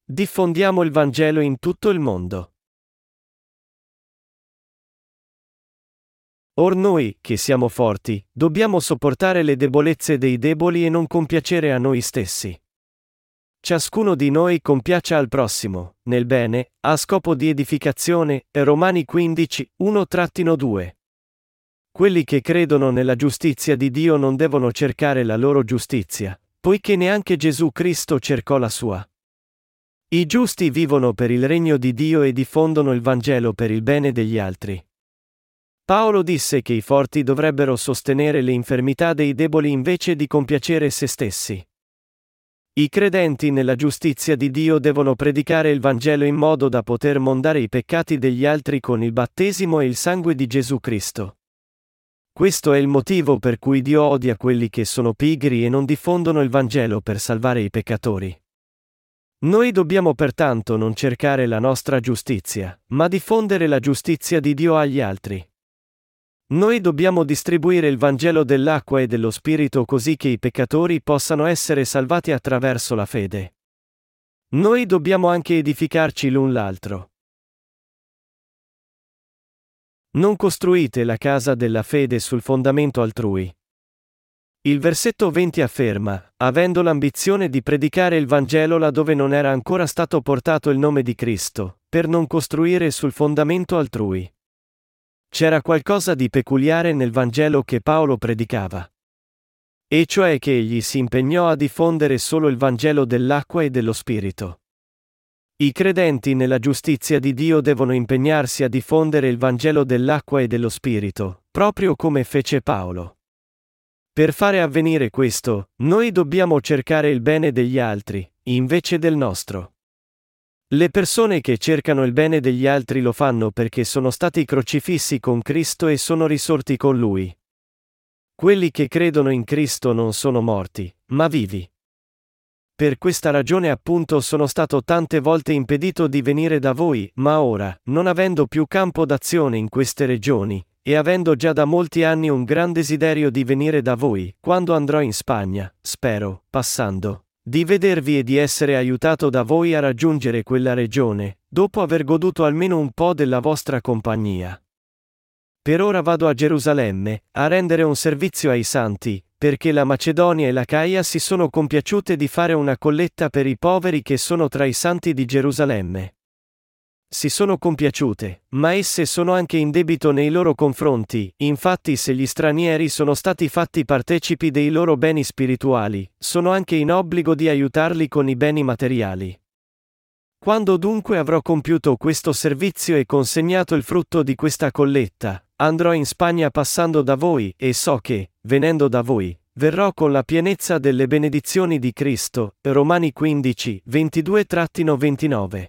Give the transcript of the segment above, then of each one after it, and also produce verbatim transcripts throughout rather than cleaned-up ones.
Diffondiamo il Vangelo in tutto il mondo. Or noi, che siamo forti, dobbiamo sopportare le debolezze dei deboli e non compiacere a noi stessi. Ciascuno di noi compiaccia al prossimo, nel bene, a scopo di edificazione. Romani quindici, uno due. Quelli che credono nella giustizia di Dio non devono cercare la loro giustizia, poiché neanche Gesù Cristo cercò la sua. I giusti vivono per il regno di Dio e diffondono il Vangelo per il bene degli altri. Paolo disse che i forti dovrebbero sostenere le infermità dei deboli invece di compiacere se stessi. I credenti nella giustizia di Dio devono predicare il Vangelo in modo da poter mondare i peccati degli altri con il battesimo e il sangue di Gesù Cristo. Questo è il motivo per cui Dio odia quelli che sono pigri e non diffondono il Vangelo per salvare i peccatori. Noi dobbiamo pertanto non cercare la nostra giustizia, ma diffondere la giustizia di Dio agli altri. Noi dobbiamo distribuire il Vangelo dell'acqua e dello Spirito così che i peccatori possano essere salvati attraverso la fede. Noi dobbiamo anche edificarci l'un l'altro. Non costruite la casa della fede sul fondamento altrui. Il versetto venti afferma, avendo l'ambizione di predicare il Vangelo laddove non era ancora stato portato il nome di Cristo, per non costruire sul fondamento altrui. C'era qualcosa di peculiare nel Vangelo che Paolo predicava. E cioè che egli si impegnò a diffondere solo il Vangelo dell'acqua e dello Spirito. I credenti nella giustizia di Dio devono impegnarsi a diffondere il Vangelo dell'acqua e dello Spirito, proprio come fece Paolo. Per fare avvenire questo, noi dobbiamo cercare il bene degli altri, invece del nostro. Le persone che cercano il bene degli altri lo fanno perché sono stati crocifissi con Cristo e sono risorti con Lui. Quelli che credono in Cristo non sono morti, ma vivi. Per questa ragione appunto sono stato tante volte impedito di venire da voi, ma ora, non avendo più campo d'azione in queste regioni, e avendo già da molti anni un gran desiderio di venire da voi, quando andrò in Spagna, spero, passando, di vedervi e di essere aiutato da voi a raggiungere quella regione, dopo aver goduto almeno un po' della vostra compagnia. Per ora vado a Gerusalemme, a rendere un servizio ai santi, perché la Macedonia e l'Acaia si sono compiaciute di fare una colletta per i poveri che sono tra i santi di Gerusalemme. Si sono compiaciute, ma esse sono anche in debito nei loro confronti, infatti se gli stranieri sono stati fatti partecipi dei loro beni spirituali, sono anche in obbligo di aiutarli con i beni materiali. Quando dunque avrò compiuto questo servizio e consegnato il frutto di questa colletta, andrò in Spagna passando da voi, e so che, venendo da voi, verrò con la pienezza delle benedizioni di Cristo. Romani quindici, ventidue ventinove.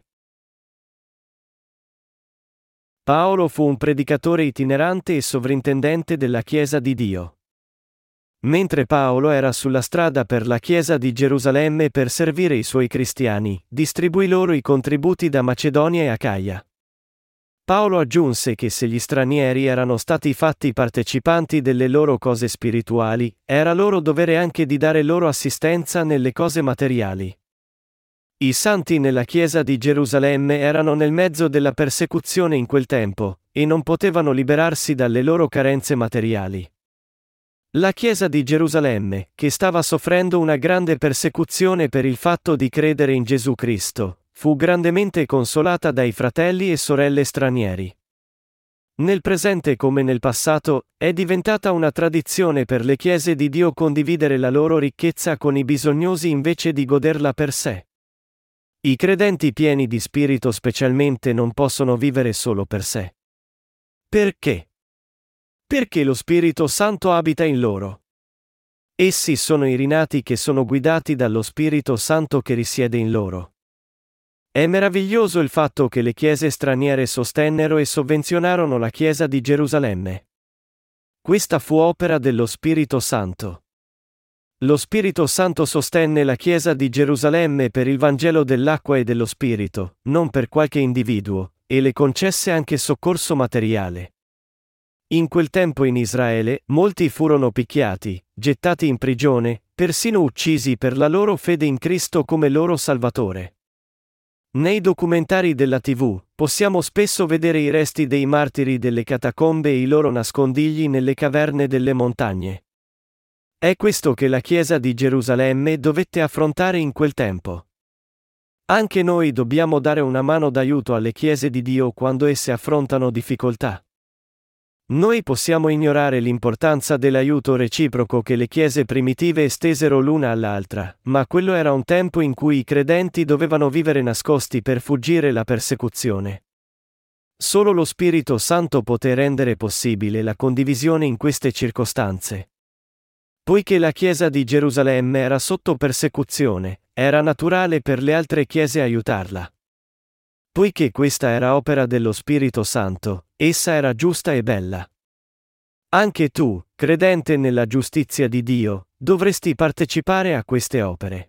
Paolo fu un predicatore itinerante e sovrintendente della Chiesa di Dio. Mentre Paolo era sulla strada per la Chiesa di Gerusalemme per servire i suoi cristiani, distribuì loro i contributi da Macedonia e Acaia. Paolo aggiunse che se gli stranieri erano stati fatti partecipanti delle loro cose spirituali, era loro dovere anche di dare loro assistenza nelle cose materiali. I santi nella Chiesa di Gerusalemme erano nel mezzo della persecuzione in quel tempo, e non potevano liberarsi dalle loro carenze materiali. La Chiesa di Gerusalemme, che stava soffrendo una grande persecuzione per il fatto di credere in Gesù Cristo, fu grandemente consolata dai fratelli e sorelle stranieri. Nel presente come nel passato, è diventata una tradizione per le Chiese di Dio condividere la loro ricchezza con i bisognosi invece di goderla per sé. I credenti pieni di spirito specialmente non possono vivere solo per sé. Perché? Perché lo Spirito Santo abita in loro. Essi sono i rinati che sono guidati dallo Spirito Santo che risiede in loro. È meraviglioso il fatto che le chiese straniere sostennero e sovvenzionarono la Chiesa di Gerusalemme. Questa fu opera dello Spirito Santo. Lo Spirito Santo sostenne la Chiesa di Gerusalemme per il Vangelo dell'acqua e dello Spirito, non per qualche individuo, e le concesse anche soccorso materiale. In quel tempo in Israele, molti furono picchiati, gettati in prigione, persino uccisi per la loro fede in Cristo come loro Salvatore. Nei documentari della tivù, possiamo spesso vedere i resti dei martiri delle catacombe e i loro nascondigli nelle caverne delle montagne. È questo che la Chiesa di Gerusalemme dovette affrontare in quel tempo. Anche noi dobbiamo dare una mano d'aiuto alle chiese di Dio quando esse affrontano difficoltà. Noi possiamo ignorare l'importanza dell'aiuto reciproco che le chiese primitive estesero l'una all'altra, ma quello era un tempo in cui i credenti dovevano vivere nascosti per fuggire la persecuzione. Solo lo Spirito Santo poté rendere possibile la condivisione in queste circostanze. Poiché la Chiesa di Gerusalemme era sotto persecuzione, era naturale per le altre chiese aiutarla. Poiché questa era opera dello Spirito Santo, essa era giusta e bella. Anche tu, credente nella giustizia di Dio, dovresti partecipare a queste opere.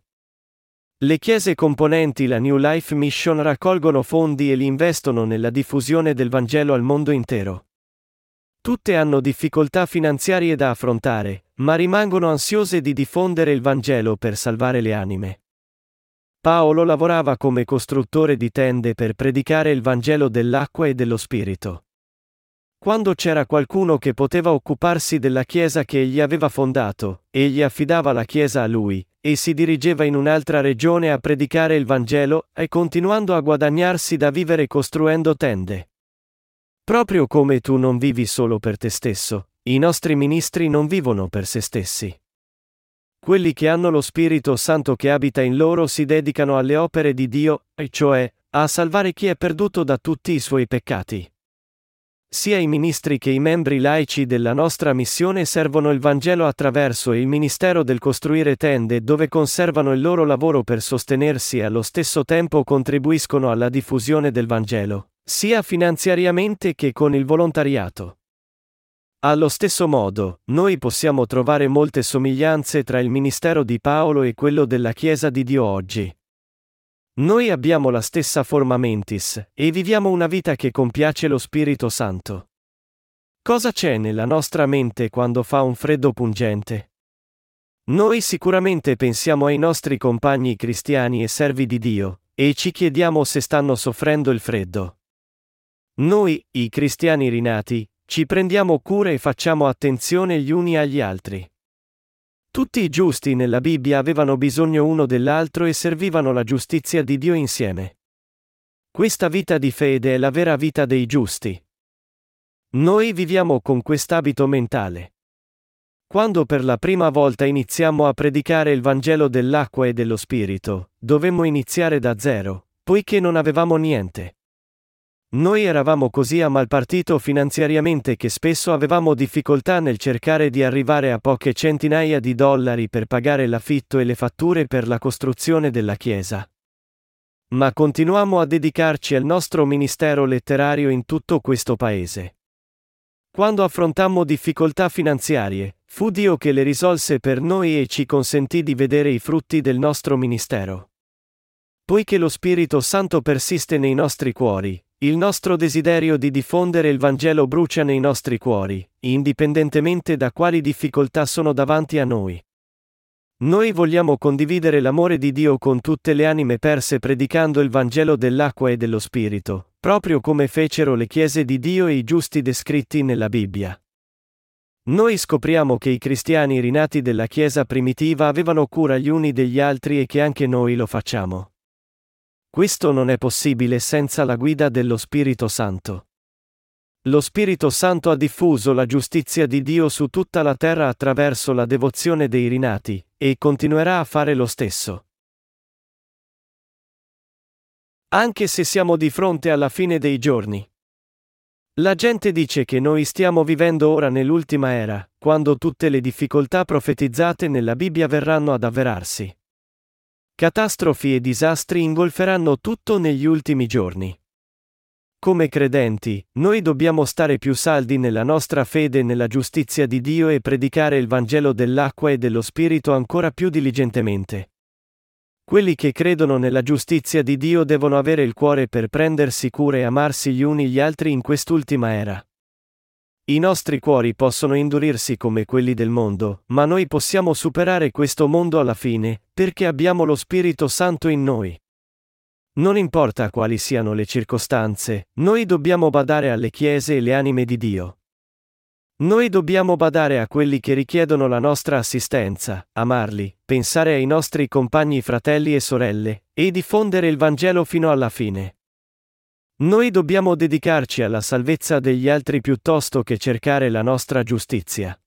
Le chiese componenti la New Life Mission raccolgono fondi e li investono nella diffusione del Vangelo al mondo intero. Tutte hanno difficoltà finanziarie da affrontare, ma rimangono ansiose di diffondere il Vangelo per salvare le anime. Paolo lavorava come costruttore di tende per predicare il Vangelo dell'acqua e dello Spirito. Quando c'era qualcuno che poteva occuparsi della chiesa che egli aveva fondato, egli affidava la chiesa a lui, e si dirigeva in un'altra regione a predicare il Vangelo, e continuando a guadagnarsi da vivere costruendo tende. Proprio come tu non vivi solo per te stesso, i nostri ministri non vivono per se stessi. Quelli che hanno lo Spirito Santo che abita in loro si dedicano alle opere di Dio, e cioè, a salvare chi è perduto da tutti i suoi peccati. Sia i ministri che i membri laici della nostra missione servono il Vangelo attraverso il ministero del costruire tende dove conservano il loro lavoro per sostenersi e allo stesso tempo contribuiscono alla diffusione del Vangelo, sia finanziariamente che con il volontariato. Allo stesso modo, noi possiamo trovare molte somiglianze tra il ministero di Paolo e quello della Chiesa di Dio oggi. Noi abbiamo la stessa forma mentis, e viviamo una vita che compiace lo Spirito Santo. Cosa c'è nella nostra mente quando fa un freddo pungente? Noi sicuramente pensiamo ai nostri compagni cristiani e servi di Dio, e ci chiediamo se stanno soffrendo il freddo. Noi, i cristiani rinati, ci prendiamo cura e facciamo attenzione gli uni agli altri. Tutti i giusti nella Bibbia avevano bisogno uno dell'altro e servivano la giustizia di Dio insieme. Questa vita di fede è la vera vita dei giusti. Noi viviamo con quest'abito mentale. Quando per la prima volta iniziamo a predicare il Vangelo dell'acqua e dello Spirito, dovemmo iniziare da zero, poiché non avevamo niente. Noi eravamo così a malpartito finanziariamente che spesso avevamo difficoltà nel cercare di arrivare a poche centinaia di dollari per pagare l'affitto e le fatture per la costruzione della chiesa. Ma continuammo a dedicarci al nostro ministero letterario in tutto questo paese. Quando affrontammo difficoltà finanziarie, fu Dio che le risolse per noi e ci consentì di vedere i frutti del nostro ministero. Poiché lo Spirito Santo persiste nei nostri cuori, il nostro desiderio di diffondere il Vangelo brucia nei nostri cuori, indipendentemente da quali difficoltà sono davanti a noi. Noi vogliamo condividere l'amore di Dio con tutte le anime perse predicando il Vangelo dell'acqua e dello Spirito, proprio come fecero le chiese di Dio e i giusti descritti nella Bibbia. Noi scopriamo che i cristiani rinati della Chiesa primitiva avevano cura gli uni degli altri e che anche noi lo facciamo. Questo non è possibile senza la guida dello Spirito Santo. Lo Spirito Santo ha diffuso la giustizia di Dio su tutta la terra attraverso la devozione dei rinati, e continuerà a fare lo stesso. Anche se siamo di fronte alla fine dei giorni. La gente dice che noi stiamo vivendo ora nell'ultima era, quando tutte le difficoltà profetizzate nella Bibbia verranno ad avverarsi. Catastrofi e disastri ingolferanno tutto negli ultimi giorni. Come credenti, noi dobbiamo stare più saldi nella nostra fede e nella giustizia di Dio e predicare il Vangelo dell'acqua e dello Spirito ancora più diligentemente. Quelli che credono nella giustizia di Dio devono avere il cuore per prendersi cura e amarsi gli uni gli altri in quest'ultima era. I nostri cuori possono indurirsi come quelli del mondo, ma noi possiamo superare questo mondo alla fine, perché abbiamo lo Spirito Santo in noi. Non importa quali siano le circostanze, noi dobbiamo badare alle chiese e le anime di Dio. Noi dobbiamo badare a quelli che richiedono la nostra assistenza, amarli, pensare ai nostri compagni fratelli e sorelle, e diffondere il Vangelo fino alla fine. Noi dobbiamo dedicarci alla salvezza degli altri piuttosto che cercare la nostra giustizia.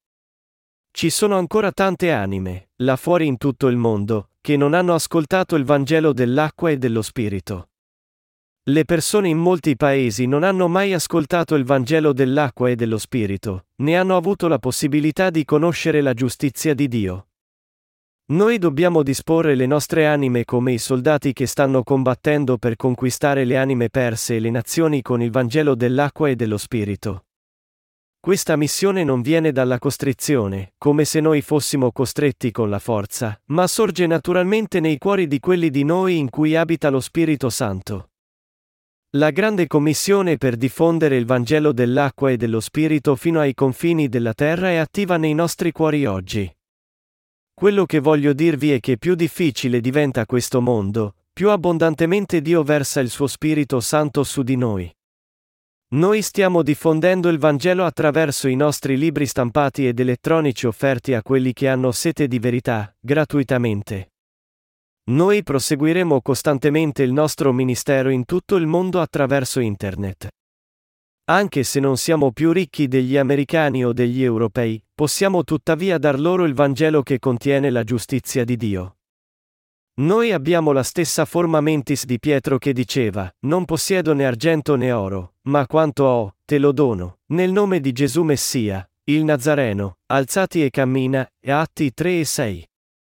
Ci sono ancora tante anime, là fuori in tutto il mondo, che non hanno ascoltato il Vangelo dell'acqua e dello Spirito. Le persone in molti paesi non hanno mai ascoltato il Vangelo dell'acqua e dello Spirito, né hanno avuto la possibilità di conoscere la giustizia di Dio. Noi dobbiamo disporre le nostre anime come i soldati che stanno combattendo per conquistare le anime perse e le nazioni con il Vangelo dell'acqua e dello Spirito. Questa missione non viene dalla costrizione, come se noi fossimo costretti con la forza, ma sorge naturalmente nei cuori di quelli di noi in cui abita lo Spirito Santo. La grande commissione per diffondere il Vangelo dell'acqua e dello Spirito fino ai confini della terra è attiva nei nostri cuori oggi. Quello che voglio dirvi è che più difficile diventa questo mondo, più abbondantemente Dio versa il suo Spirito Santo su di noi. Noi stiamo diffondendo il Vangelo attraverso i nostri libri stampati ed elettronici offerti a quelli che hanno sete di verità, gratuitamente. Noi proseguiremo costantemente il nostro ministero in tutto il mondo attraverso Internet. Anche se non siamo più ricchi degli americani o degli europei, possiamo tuttavia dar loro il Vangelo che contiene la giustizia di Dio. Noi abbiamo la stessa forma mentis di Pietro che diceva: non possiedo né argento né oro, ma quanto ho, te lo dono, nel nome di Gesù Messia, il Nazareno, alzati e cammina, e Atti tre e sei.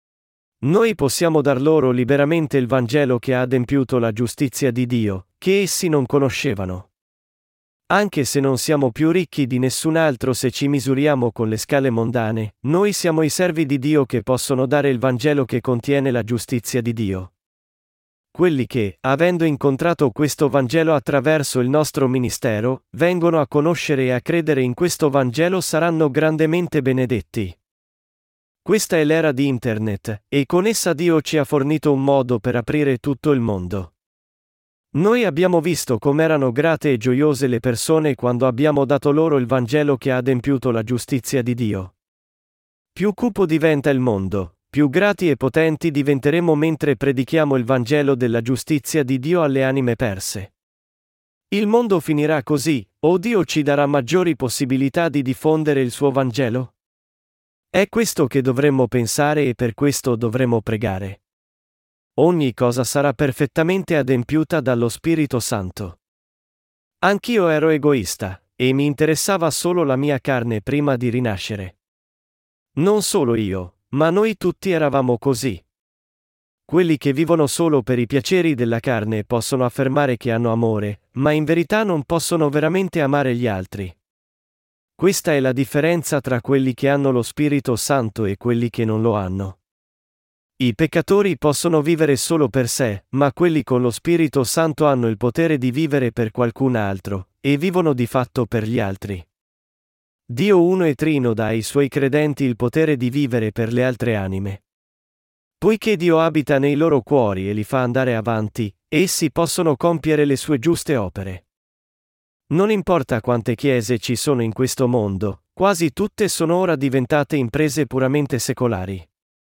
Noi possiamo dar loro liberamente il Vangelo che ha adempiuto la giustizia di Dio, che essi non conoscevano. Anche se non siamo più ricchi di nessun altro se ci misuriamo con le scale mondane, noi siamo i servi di Dio che possono dare il Vangelo che contiene la giustizia di Dio. Quelli che, avendo incontrato questo Vangelo attraverso il nostro ministero, vengono a conoscere e a credere in questo Vangelo saranno grandemente benedetti. Questa è l'era di Internet, e con essa Dio ci ha fornito un modo per aprire tutto il mondo. Noi abbiamo visto com'erano grate e gioiose le persone quando abbiamo dato loro il Vangelo che ha adempiuto la giustizia di Dio. Più cupo diventa il mondo, più grati e potenti diventeremo mentre predichiamo il Vangelo della giustizia di Dio alle anime perse. Il mondo finirà così, o Dio ci darà maggiori possibilità di diffondere il suo Vangelo? È questo che dovremmo pensare e per questo dovremmo pregare. Ogni cosa sarà perfettamente adempiuta dallo Spirito Santo. Anch'io ero egoista, e mi interessava solo la mia carne prima di rinascere. Non solo io, ma noi tutti eravamo così. Quelli che vivono solo per i piaceri della carne possono affermare che hanno amore, ma in verità non possono veramente amare gli altri. Questa è la differenza tra quelli che hanno lo Spirito Santo e quelli che non lo hanno. I peccatori possono vivere solo per sé, ma quelli con lo Spirito Santo hanno il potere di vivere per qualcun altro, e vivono di fatto per gli altri. Dio uno e trino dà ai suoi credenti il potere di vivere per le altre anime. Poiché Dio abita nei loro cuori e li fa andare avanti, essi possono compiere le sue giuste opere. Non importa quante chiese ci sono in questo mondo, quasi tutte sono ora diventate imprese puramente secolari.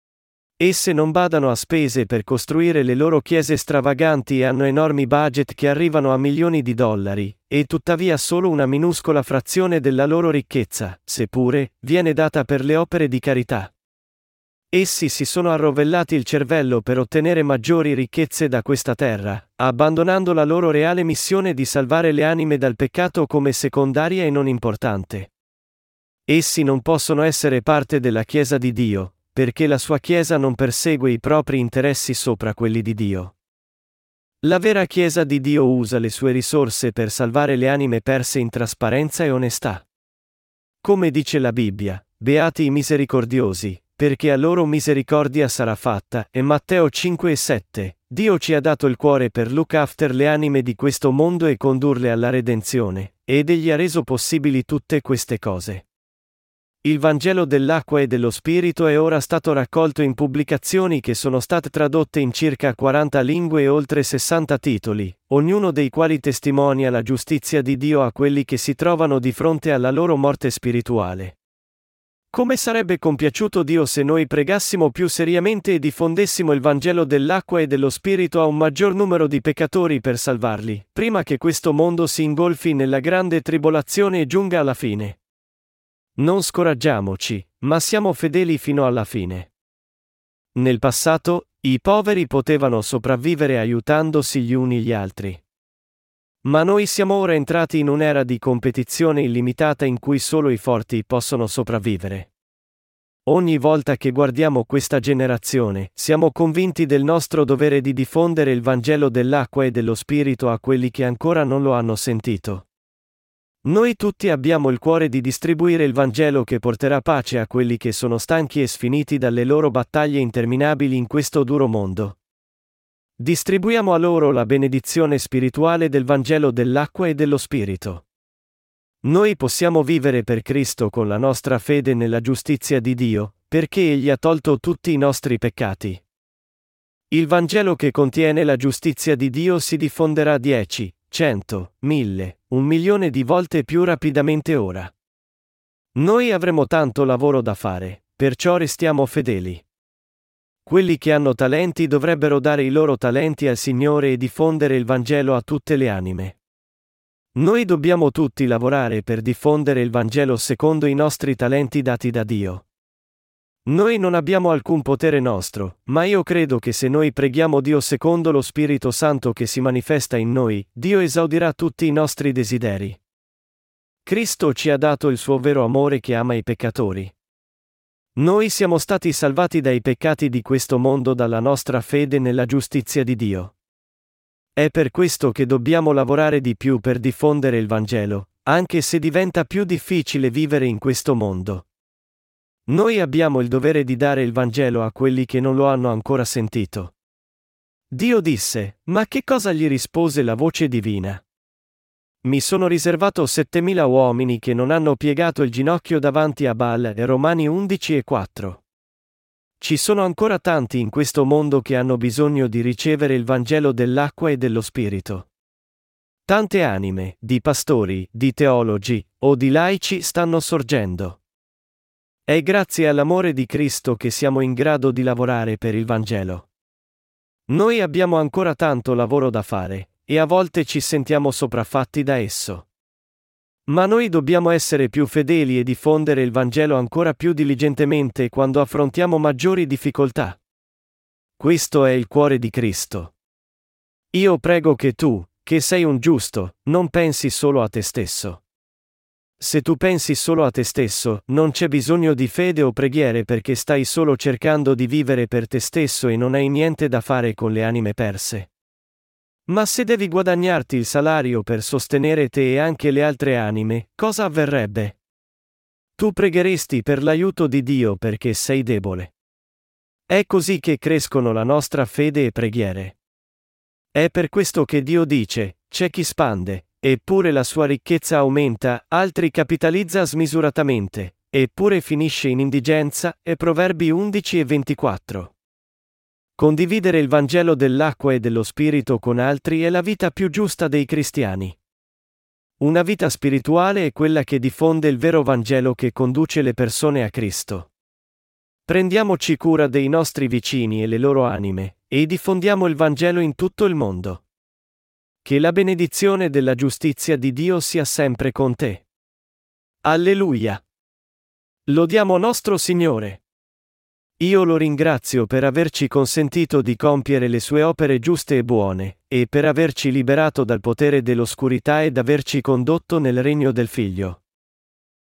Esse non badano a spese per costruire le loro chiese stravaganti e hanno enormi budget che arrivano a milioni di dollari, e tuttavia solo una minuscola frazione della loro ricchezza, seppure, viene data per le opere di carità. Essi si sono arrovellati il cervello per ottenere maggiori ricchezze da questa terra, abbandonando la loro reale missione di salvare le anime dal peccato come secondaria e non importante. Essi non possono essere parte della Chiesa di Dio, perché la sua Chiesa non persegue i propri interessi sopra quelli di Dio. La vera Chiesa di Dio usa le sue risorse per salvare le anime perse in trasparenza e onestà. Come dice la Bibbia, beati i misericordiosi, perché a loro misericordia sarà fatta, e Matteo cinque e sette, Dio ci ha dato il cuore per look after le anime di questo mondo e condurle alla redenzione, ed Egli ha reso possibili tutte queste cose. Il Vangelo dell'acqua e dello Spirito è ora stato raccolto in pubblicazioni che sono state tradotte in circa quaranta lingue e oltre sessanta titoli, ognuno dei quali testimonia la giustizia di Dio a quelli che si trovano di fronte alla loro morte spirituale. Come sarebbe compiaciuto Dio se noi pregassimo più seriamente e diffondessimo il Vangelo dell'acqua e dello Spirito a un maggior numero di peccatori per salvarli, prima che questo mondo si ingolfi nella grande tribolazione e giunga alla fine. Non scoraggiamoci, ma siamo fedeli fino alla fine. Nel passato, i poveri potevano sopravvivere aiutandosi gli uni gli altri. Ma noi siamo ora entrati in un'era di competizione illimitata in cui solo i forti possono sopravvivere. Ogni volta che guardiamo questa generazione, siamo convinti del nostro dovere di diffondere il Vangelo dell'acqua e dello Spirito a quelli che ancora non lo hanno sentito. Noi tutti abbiamo il cuore di distribuire il Vangelo che porterà pace a quelli che sono stanchi e sfiniti dalle loro battaglie interminabili in questo duro mondo. Distribuiamo a loro la benedizione spirituale del Vangelo dell'acqua e dello Spirito. Noi possiamo vivere per Cristo con la nostra fede nella giustizia di Dio, perché Egli ha tolto tutti i nostri peccati. Il Vangelo che contiene la giustizia di Dio si diffonderà dieci, cento, mille, un milione di volte più rapidamente ora. Noi avremo tanto lavoro da fare, perciò restiamo fedeli. Quelli che hanno talenti dovrebbero dare i loro talenti al Signore e diffondere il Vangelo a tutte le anime. Noi dobbiamo tutti lavorare per diffondere il Vangelo secondo i nostri talenti dati da Dio. Noi non abbiamo alcun potere nostro, ma io credo che se noi preghiamo Dio secondo lo Spirito Santo che si manifesta in noi, Dio esaudirà tutti i nostri desideri. Cristo ci ha dato il suo vero amore che ama i peccatori. Noi siamo stati salvati dai peccati di questo mondo dalla nostra fede nella giustizia di Dio. È per questo che dobbiamo lavorare di più per diffondere il Vangelo, anche se diventa più difficile vivere in questo mondo. Noi abbiamo il dovere di dare il Vangelo a quelli che non lo hanno ancora sentito. Dio disse, ma che cosa gli rispose la voce divina? Mi sono riservato settemila uomini che non hanno piegato il ginocchio davanti a Baal, e Romani undici e quattro. Ci sono ancora tanti in questo mondo che hanno bisogno di ricevere il Vangelo dell'acqua e dello Spirito. Tante anime, di pastori, di teologi, o di laici stanno sorgendo. È grazie all'amore di Cristo che siamo in grado di lavorare per il Vangelo. Noi abbiamo ancora tanto lavoro da fare, e a volte ci sentiamo sopraffatti da esso. Ma noi dobbiamo essere più fedeli e diffondere il Vangelo ancora più diligentemente quando affrontiamo maggiori difficoltà. Questo è il cuore di Cristo. Io prego che tu, che sei un giusto, non pensi solo a te stesso. Se tu pensi solo a te stesso, non c'è bisogno di fede o preghiere perché stai solo cercando di vivere per te stesso e non hai niente da fare con le anime perse. Ma se devi guadagnarti il salario per sostenere te e anche le altre anime, cosa avverrebbe? Tu pregheresti per l'aiuto di Dio perché sei debole. È così che crescono la nostra fede e preghiere. È per questo che Dio dice, c'è chi spande, eppure la sua ricchezza aumenta, altri capitalizza smisuratamente, eppure finisce in indigenza, e Proverbi undici e ventiquattro. Condividere il Vangelo dell'acqua e dello Spirito con altri è la vita più giusta dei cristiani. Una vita spirituale è quella che diffonde il vero Vangelo che conduce le persone a Cristo. Prendiamoci cura dei nostri vicini e le loro anime, e diffondiamo il Vangelo in tutto il mondo. Che la benedizione della giustizia di Dio sia sempre con te. Alleluia! Lodiamo nostro Signore. Io lo ringrazio per averci consentito di compiere le sue opere giuste e buone, e per averci liberato dal potere dell'oscurità ed averci condotto nel regno del Figlio.